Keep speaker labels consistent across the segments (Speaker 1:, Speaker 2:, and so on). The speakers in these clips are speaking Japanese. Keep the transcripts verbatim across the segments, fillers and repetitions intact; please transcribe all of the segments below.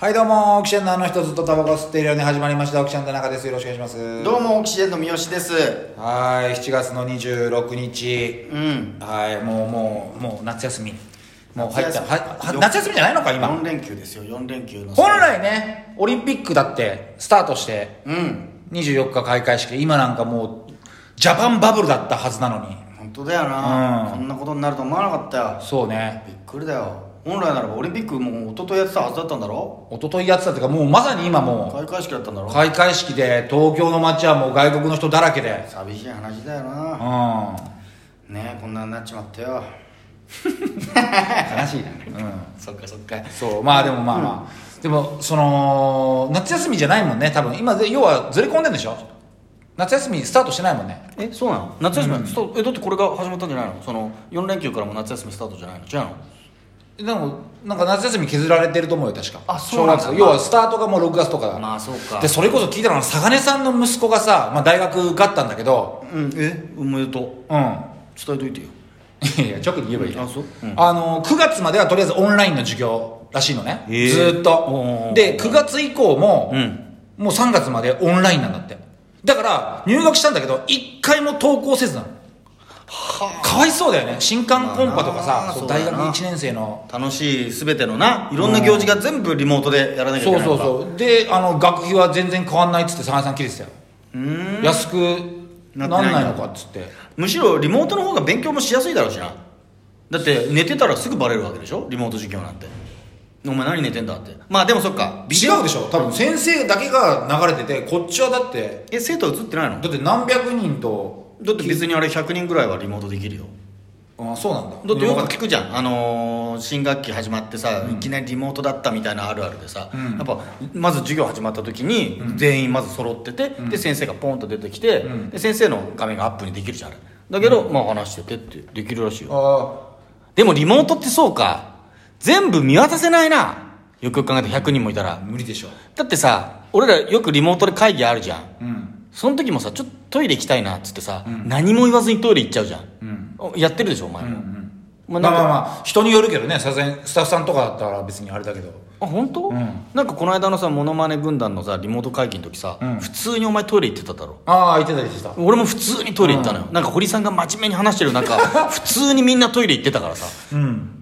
Speaker 1: はいどうも、オキシエンのあの人ずっとタバコ吸っているように始まりました。オキシエン田中です。よろしくお願いします。
Speaker 2: どうもオキシエンの三好です。
Speaker 1: はい、しちがつのにじゅうろくにち、うん、はい、もうもうもう夏休みもう入ったはは夏休みじゃないのか今。
Speaker 2: よんれんきゅうですよ。よんれんきゅうの
Speaker 1: 本来ね、オリンピックだってスタートして、うん、にじゅうよっか開会式、今なんかもうジャパンバブルだったはずなのに。
Speaker 2: 本当だよな、うん、こんなことになると思わなかったよ。
Speaker 1: そうね、
Speaker 2: びっくりだよ。本来ならばオリンピックもう一昨日やってたはずだったんだろ。
Speaker 1: 一昨日やってたっていうか、もうまさに今もう
Speaker 2: 開会式だったんだろ。
Speaker 1: 開会式で東京の街はもう外国の人だらけで
Speaker 2: 寂しい話だよな。うんねえ、こんなになっちまったよ。
Speaker 1: 悲しいな。うん、
Speaker 2: そっかそっか。
Speaker 1: そうまあでもまあまあ、うん、でもその夏休みじゃないもんね多分今。要はずれ込んでんでしょ。夏休みスタートしてないもんね。
Speaker 2: え、そうなの？夏休み、うん、スタート、えだってこれが始まったんじゃないの？そのよんれんきゅうからも夏休みスタートじゃないの？違うの？
Speaker 1: でもなんか夏休み削られてると思うよ確か。
Speaker 2: あ、そうなんだ。
Speaker 1: 要はスタートがもうろくがつとかだ。
Speaker 2: まあそうか。
Speaker 1: でそれこそ聞いたのは坂根さんの息子がさ、まあ、大学受かったんだけど、
Speaker 2: うん、えおめでとう。うん伝えといてよ。
Speaker 1: いや直に言えばいいよ。
Speaker 2: あ、そう、うん、
Speaker 1: あのくがつまではとりあえずオンラインの授業らしいのね、ずーっと。でくがつ以降も、うん、もうさんがつまでオンラインなんだって。だから入学したんだけど一回も登校せずなの。はあ、かわいそうだよね。新歓コンパとかさ、まあ、大学いちねん生の
Speaker 2: 楽しい全てのないろんな行事が全部リモートでやらなきゃいけないのか。
Speaker 1: そうそうそう。であの学費は全然変わんないっつって坂井さん切れてたよ。うーん安くなんないのかっつって。
Speaker 2: むしろリモートの方が勉強もしやすいだろうしな。だって寝てたらすぐバレるわけでしょ、リモート授業なんて。お前何寝てんだって。まあでもそっか、
Speaker 1: 違うでしょ多分。先生だけが流れてて、こっちはだって
Speaker 2: え生徒映ってないの？
Speaker 1: だって何百人と。
Speaker 2: だって別にあれひゃくにんぐらいはリモートできるよ。
Speaker 1: ああそうなんだ。
Speaker 2: だってよく聞くじゃん、あのー、新学期始まってさ、うん、いきなりリモートだったみたいなあるあるでさ、うん、やっぱまず授業始まった時に全員まず揃ってて、うん、で先生がポンと出てきて、うん、で先生の画面がアップにできるじゃん。だけど、うん、まあ話しててってできるらしいよ。あでもリモートってそうか、全部見渡せないな。よくよく考えてひゃくにんもいたら
Speaker 1: 無理でしょ。
Speaker 2: だってさ、俺らよくリモートで会議あるじゃん、うん、その時もさちょっとトイレ行きたいなっつってさ、うん、何も言わずにトイレ行っちゃうじゃん、うん、やってるでしょお前も、うんうん
Speaker 1: まあ、まあまあまあ人によるけどね。さすがにスタッフさんとかだったら別にあれだけど。
Speaker 2: あ本当、うん、なんかこの間のさモノマネ軍団のさリモート会議の時さ、うん、普通にお前トイレ行ってただろ。
Speaker 1: ああ行ってたりしてた。
Speaker 2: 俺も普通にトイレ行ったのよ、うん、なんか堀さんが真面目に話してる中普通にみんなトイレ行ってたからさ、うん、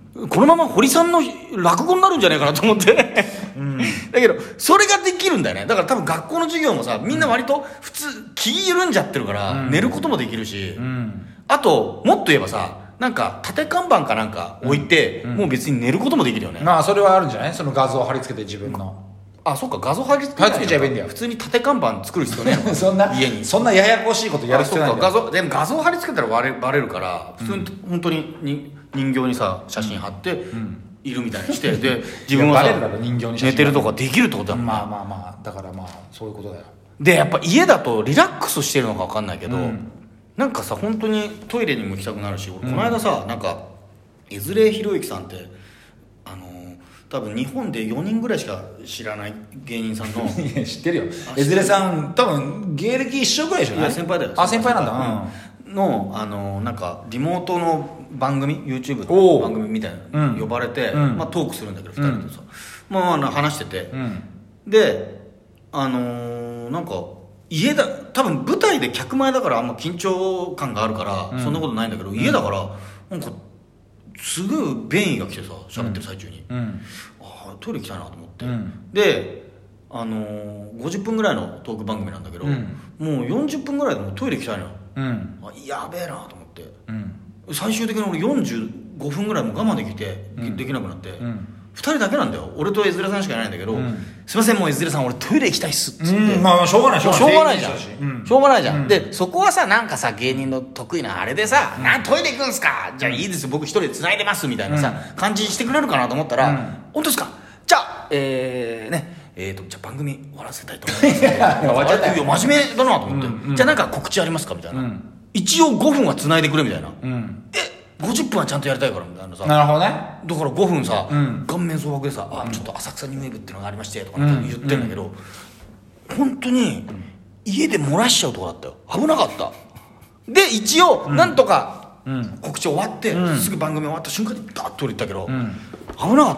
Speaker 2: このまま堀さんの落語になるんじゃないかなと思ってうん、だけどそれができるんだよね。だから多分学校の授業もさみんな割と普通気緩んじゃってるから、うん、寝ることもできるし、うん、あともっと言えばさなんか縦看板かなんか置いて、うんうん、もう別に寝ることもできるよね。
Speaker 1: まあそれはあるんじゃない。その画像を貼り付けて自分の。
Speaker 2: あそっか画像貼り付け
Speaker 1: 貼り付けちゃえばいいんだよ。
Speaker 2: 普通に縦看板作る必要ねえの
Speaker 1: そんな
Speaker 2: 家に
Speaker 1: そんなややこしいことやる必要ないんだよ。
Speaker 2: 画像でも画像貼り付けたらバレ、バレるから普通に、うん、本当にに人形にさ写真貼って、うんうんいるみたいにしてで自分はさ寝てるとかできるってことだもんね。
Speaker 1: まあまあまあだからまあそういうことだよ。
Speaker 2: でやっぱ家だとリラックスしてるのか分かんないけど、うん、なんかさ本当にトイレにも行きたくなるし、俺この間さ、うん、なんか江連博之さんってあのー、多分日本でよにんぐらいしか知らない芸人さんの
Speaker 1: いや知ってるよ江連さん。多分芸歴一緒ぐらいじゃない？いや
Speaker 2: 先輩だよ。
Speaker 1: あ先輩なんだ、
Speaker 2: うん、のあのー、なんかリモートの番組 YouTube の番組みたいなの呼ばれて、うんまあ、トークするんだけどふたりでさ、うんまあ、話してて、うん、であのー、なんか家だ多分舞台で客前だからあんま緊張感があるから、うん、そんなことないんだけど、家だからなんかすごい便意が来てさ喋ってる最中に、うん、あトイレ行きたいなと思って、うん、であのー、ごじゅっぷんぐらいのトーク番組なんだけど、うん、もうよんじゅっぷんぐらいでもうトイレ行きたいのよ、うん、あやべえなと思って、うん最終的に俺よんじゅうごふんぐらいも我慢できて、うん、できなくなって、うん、ふたりだけなんだよ。俺と江連さんしかいないんだけど、うん、すいませんもう江連さん俺トイレ行きたいっすっつって、うん、
Speaker 1: まあしょうがないしょう
Speaker 2: がないじゃん、うん、しょうがないじゃん、うん、でそこはさなんかさ芸人の得意なあれでさ、うん、なんトイレ行くんすかじゃあいいですよ僕一人で繋いでますみたいなさ、うん、感じにしてくれるかなと思ったら、うん、本当ですかじゃあえー、ねえーとじゃあ番組終わらせたいと思いますいや真面目だなと思って、うんうん、じゃあなんか告知ありますかみたいな、うん一応ごふんは繋いでくれみたいな、うん、えごじゅっぷんはちゃんとやりたいからみたいなさ。
Speaker 1: なるほどね。
Speaker 2: だからごふんさ、うん、顔面蒼白でさ、あ、うん、ちょっと浅草にウェーブっていうのがありましてとか言ってんだけど、うん、本当に家で漏らしちゃうとこだったよ。危なかったで一応なんとか告知終わって、うん、すぐ番組終わった瞬間にガッと降りたけど、うん、危なかったよ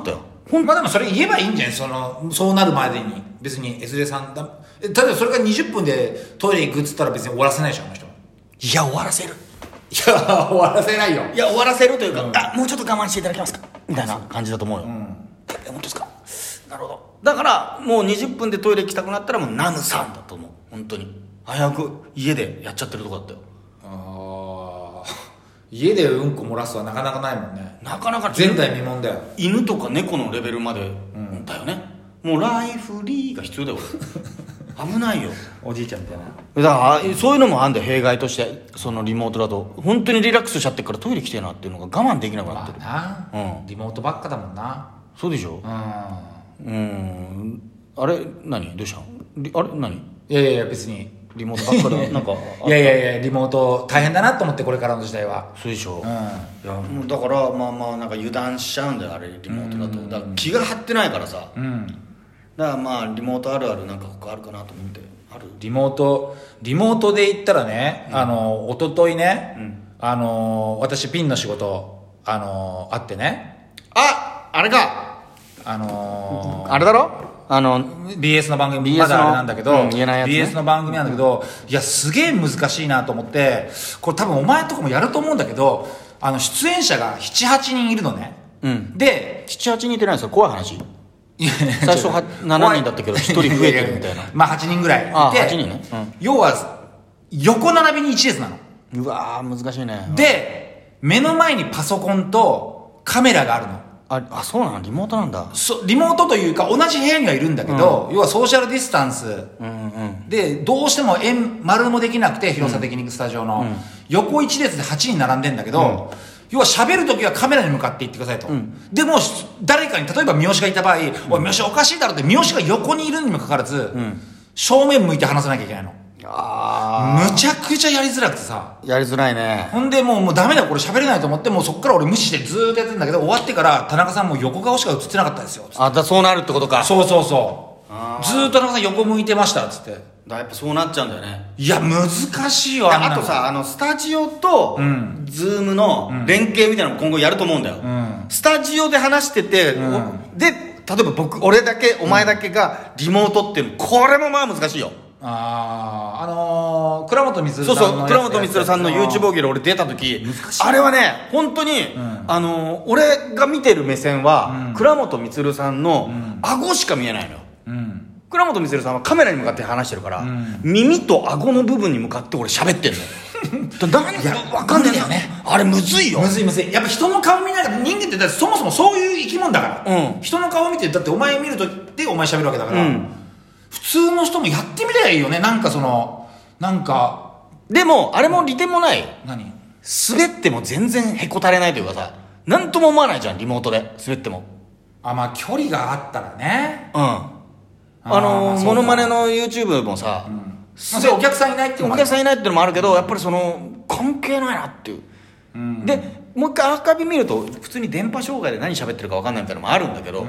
Speaker 1: まあでもそれ言えばいいんじゃない、そのそうなるまでに。別に エスジェー さんだ、例えばそれがにじゅっぷんでトイレ行くっつったら別に終わらせないでしょ、あの人。
Speaker 2: いや終わらせる、
Speaker 1: いや終わらせないよ。
Speaker 2: いや終わらせるというか、うん、あもうちょっと我慢していただけますかみたいな感じだと思うよ、うん、え本当ですか。なるほど。だからもうにじゅっぷんでトイレ行きたくなったらもうナムさんだと思う。本当に早く家でやっちゃってるとこだったよ。
Speaker 1: ああ家でうんこ漏らすはなかなかないもんね。
Speaker 2: なかなか
Speaker 1: 前代未聞だよ。
Speaker 2: 犬とか猫のレベルまでだよね、うん、もうライフリーが必要だよ危ないよ
Speaker 1: おじいちゃんみたいな。
Speaker 2: だからそういうのもあんで、弊害として。そのリモートだと本当にリラックスしちゃってからトイレ来てえなっていうのが我慢できなくなってる、
Speaker 1: まあな、うん、リモートばっかだもんな。
Speaker 2: そうでしょ。うんうんあれ何どうしたのあれ何。
Speaker 1: いやいやいや別に
Speaker 2: リモートばっかだなんか
Speaker 1: いやいやいやリモート大変だなと思って、これからの時代は。
Speaker 2: そうでしょ、うん、い
Speaker 1: や
Speaker 2: もうだからまあまあなんか油断しちゃうんだよあれリモートだと。だから気が張ってないからさ、うん、だからまあリモートあるあるなんか他あるかなと思って。ある
Speaker 1: リモートリモートで言ったらね、うん、あの一昨日ね、うん、あの私ピンの仕事あのあってね。
Speaker 2: ああれか
Speaker 1: あの
Speaker 2: ー、あれだろあの
Speaker 1: ビーエス の番組、まだあれなんだけど、うん、
Speaker 2: 言えないやつね、
Speaker 1: ビーエス の番組なんだけど、うん、いやすげえ難しいなと思って、これ多分お前とかもやると思うんだけど、あの出演者がななはちにんいるのね、うん、で
Speaker 2: ななはちにんって何ですか。怖い話。最初はななにんだったけどひとり増えてるみたいな
Speaker 1: まあはちにんぐらいいて、
Speaker 2: ああはちにんね、うん、
Speaker 1: 要は横並びにいち列なの。
Speaker 2: うわー難しいね。
Speaker 1: で目の前にパソコンとカメラがあるの。
Speaker 2: ああそうなのリモートなんだ。
Speaker 1: そリモートというか同じ部屋にはいるんだけど、うん、要はソーシャルディスタンス、うんうん、でどうしても円丸もできなくて、広さ的にスタジオの、うん、横一列ではちにん並んでんだけど、うん要は喋るときはカメラに向かって言ってくださいと、うん、でも誰かに例えば三好がいた場合、うん、おい三好おかしいだろって三好が横にいるにもかかわらず、うん、正面向いて話さなきゃいけないの。あむちゃくちゃやりづらくてさ。
Speaker 2: やりづらいね。
Speaker 1: ほんでもうもうダメだこれ喋れないと思って、もうそっから俺無視してずーっとやってるんだけど、終わってから田中さんもう横顔しか映ってなかったですよ。
Speaker 2: あだそうなるってことか。
Speaker 1: そうそうそうずーっと田中さん横向いてましたっつって。
Speaker 2: だやっぱそうなっちゃうんだよね。
Speaker 1: いや難しいよ。
Speaker 2: あ, あとさあのスタジオと、うん、ズームの連携みたいなのも今後やると思うんだよ、うん、スタジオで話してて、うん、で例えば僕俺だけお前だけがリモートっていうの、これもまあ難しいよ。
Speaker 1: あああのー、倉本光さんの
Speaker 2: そうそう倉本光さんの YouTube 大喜利俺出た時あれはね本当に、うん、あのー、俺が見てる目線は、うん、倉本光さんの顎しか見えないのよ、うん倉本光さんはカメラに向かって話してるから、うん、耳と顎の部分に向かって俺喋ってんの何か分かんないんだよね。あれむずいよ。
Speaker 1: むずいむずい。やっぱ人の顔見ながら、人間ってだってそもそもそういう生き物だから、うん、人の顔見てだってお前見るとでお前喋るわけだから、うん、普通の人もやってみりゃいいよね。なんかそのなんか
Speaker 2: でもあれも利点もない。
Speaker 1: 何
Speaker 2: 滑っても全然へこたれないというかさ、なんとも思わないじゃんリモートで滑っても。
Speaker 1: あまあ距離があったらね。
Speaker 2: うんあのー、モノマネの YouTube もさ、うんま
Speaker 1: あ、それお客さんいないっていうのも
Speaker 2: お客さんいないっていうのもあるけど、やっぱりその関係ないなっていう、うん、でもう一回アーカイブ見ると普通に電波障害で何喋ってるか分かんないみたいなのもあるんだけど、うん、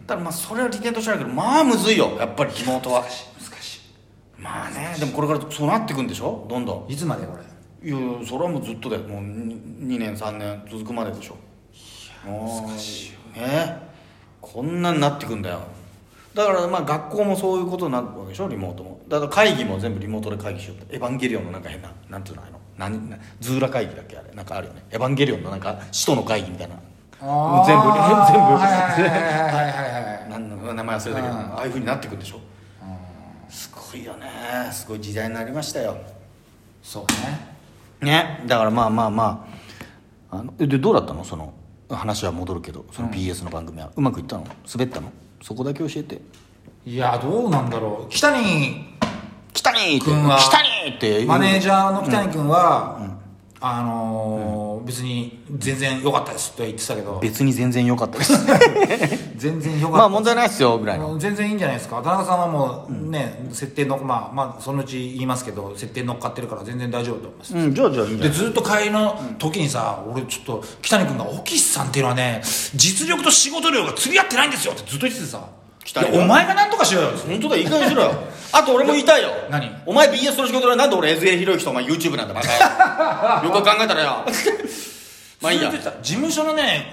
Speaker 2: ただまあそれは利点としてあるけど、まあむずいよやっぱりリモートは。難しい難しい。まあねでもこれからそうなっていくんでしょどんど
Speaker 1: ん。いつまでこ
Speaker 2: れ。いやそれはもうずっとでもうにねんさんねん続くまででしょ。
Speaker 1: いや難しいよ
Speaker 2: ね。こんなになってくんだよ。だからまあ学校もそういうことになるわけでしょリモートも。だから会議も全部リモートで会議しようって。エヴァンゲリオンのなんか変ななんていうのあの何ズーラ会議だっけあれなんかあるよね。エヴァンゲリオンのなんか使徒の会議みたいな
Speaker 1: あ
Speaker 2: 全部全部
Speaker 1: はいはいはいはい
Speaker 2: 何の名前忘れたけどああいう風になってくるでしょ。すごいよね。すごい時代になりましたよ。
Speaker 1: そうね
Speaker 2: ねだからまあまあまああのでどうだったのその話は戻るけどその ビーエス の番組は、うん、うまくいったの滑ったのそこだけ教えて。
Speaker 1: いやどうなんだろう。北谷
Speaker 2: 北谷
Speaker 1: 君は
Speaker 2: 北谷って
Speaker 1: マネージャーの北谷君は、うんうん、あのーうん、別に全然良かったですと言ってたけど
Speaker 2: 別に全然良かったです
Speaker 1: 全然良かった
Speaker 2: まあ問題ないっすよぐらいの。
Speaker 1: 全然いいんじゃないですか。田中さんはもうね、うん、設定のまあまあそのうち言いますけど設定乗っかってるから全然大丈夫だと思います、
Speaker 2: うん、じゃあじゃあいいんじゃない。
Speaker 1: でずっと帰りの時にさ、うん、俺ちょっと北谷君がオキシさんっていうのはね実力と仕事量が釣り合ってないんですよってずっと言っててさ、いやお前が何とかしろよ。
Speaker 2: 本当だいい加減にしろよあと俺も言いたいよ。
Speaker 1: 何
Speaker 2: お前 ビーエス の仕事でなんで俺江津ひろゆきとお前 YouTube なんだバカよよく考えたらよまあいいや。
Speaker 1: 事務所のね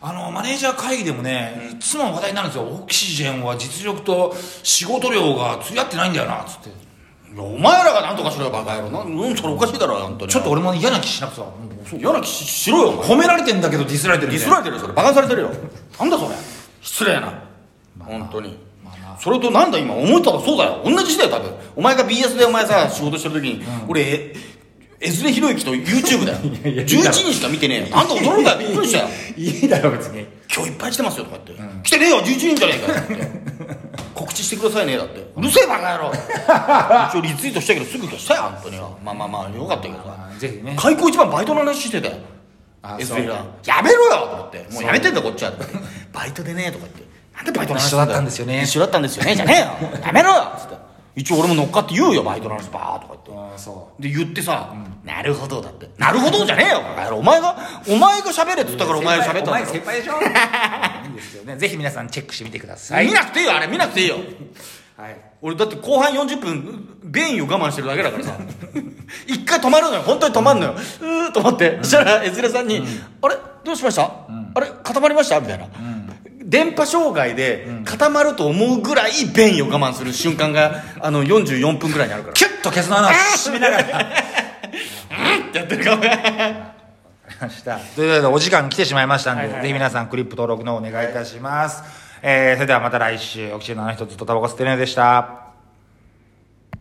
Speaker 1: あのマネージャー会議でもね、いつも話題になるんですよ。オキシジェンは実力と仕事量が釣り合ってないんだよなっつって。
Speaker 2: いやお前らがなんとかしろよバカ野郎な、うん、それおかしいだろ本当に。
Speaker 1: ちょっと俺も嫌な気しなくさ、
Speaker 2: 嫌な気 し, しろよ。
Speaker 1: 褒められてんだけどディスられてるみたいな。
Speaker 2: ディスられてるよそれ、バカにされてるよなんだそれ、失礼な、まあ、本当に、まあまあ、それとなんだ今思ったらそうだよ、同じだよ多分。お前が ビーエス でお前さ仕事してる時に、うん、俺江連弘之と YouTube だよいやいやじゅういちにんしか見てねえよ。あんた驚いたよ、びっくりしたよ。
Speaker 1: いいだろ別に、
Speaker 2: 今日いっぱい来てますよとかって、うん、来てねえよじゅういちにんじゃねえかよって告知してくださいねだって、うるせえバカ野郎一応リツイートしたけどすぐしたよ本当に。まあまあまあよかったけどさ、まあ、ぜひね開口一番バイトの話してたよ。エスレがやめろよと思って、もうやめてんだこっちはってバイトでねとか言って、なんでバイトの話
Speaker 1: 一緒だったんですよね、
Speaker 2: 一緒だったんですよねじゃねえよやめろよっつって、一応俺も乗っかって言うよバイトの話バーとか言って、あそうで言ってさ、うん、なるほどだって、なるほどじゃねえよお前がお前が喋れって言ったからお前が喋ったんだろ。お前先輩でしょいいんですよね。ぜひ皆さんチェックしてみてください。見なくていいよあれ、見なくていいよはい、俺だって後半よんじゅっぷん便意を我慢してるだけだからさ一回止まるのよ、本当に止まるのよ、うん、うーと思って、うん、そしたら江連さんに、うん、あれどうしました、うん、あれ固まりましたみたいな、うん、電波障害で固まると思うぐらい便意を我慢する瞬間があのよんじゅうよんぷんぐらいにあるから、
Speaker 1: キュッとケツの穴を閉めながら
Speaker 2: うんってやってるかも
Speaker 1: ましたということでお時間来てしまいましたんで、はいはいはい、ぜひ皆さんクリップ登録のお願いいたします、はい。えー、それではまた来週。オキシエンのあの人ずっとタバコ吸ってるのでした。